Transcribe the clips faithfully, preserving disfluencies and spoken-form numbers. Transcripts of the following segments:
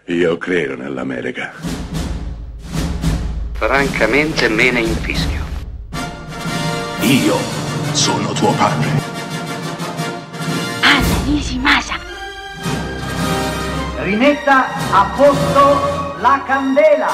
Io credo nell'America. Francamente me ne infischio. Io sono tuo padre. Anna Nishimasa. Rimetta a posto la candela.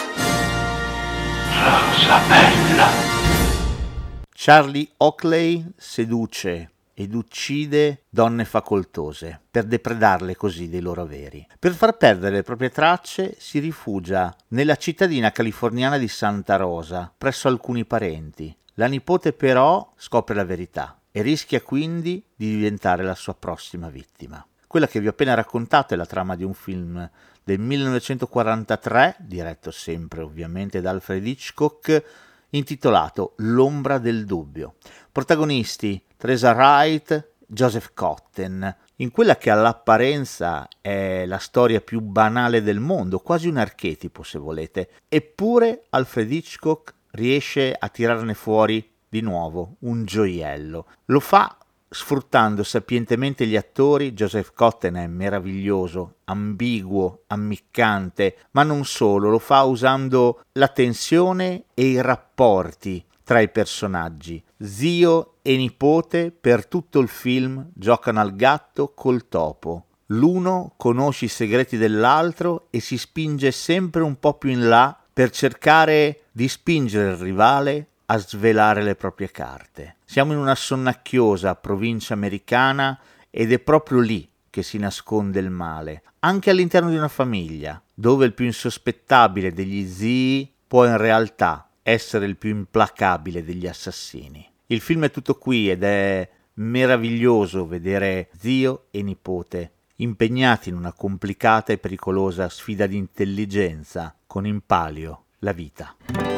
Rosa bella. Charlie Oakley seduce ed uccide donne facoltose per depredarle così dei loro averi. Per far perdere le proprie tracce si rifugia nella cittadina californiana di Santa Rosa presso alcuni parenti. La nipote però scopre la verità e rischia quindi di diventare la sua prossima vittima. Quella che vi ho appena raccontato è la trama di un film del millenovecentoquarantatré, diretto sempre ovviamente da Alfred Hitchcock, intitolato L'ombra del dubbio. Protagonisti Teresa Wright, Joseph Cotten, in quella che all'apparenza è la storia più banale del mondo, quasi un archetipo se volete, eppure Alfred Hitchcock riesce a tirarne fuori di nuovo un gioiello. Lo fa sfruttando sapientemente gli attori. Joseph Cotten è meraviglioso, ambiguo, ammiccante, ma non solo, lo fa usando la tensione e i rapporti tra i personaggi. Zio e nipote per tutto il film giocano al gatto col topo. L'uno conosce i segreti dell'altro e si spinge sempre un po' più in là per cercare di spingere il rivale a svelare le proprie carte. Siamo in una sonnacchiosa provincia americana ed è proprio lì che si nasconde il male, anche all'interno di una famiglia, dove il più insospettabile degli zii può in realtà essere il più implacabile degli assassini. Il film è tutto qui ed è meraviglioso vedere zio e nipote impegnati in una complicata e pericolosa sfida di intelligenza con in palio la vita.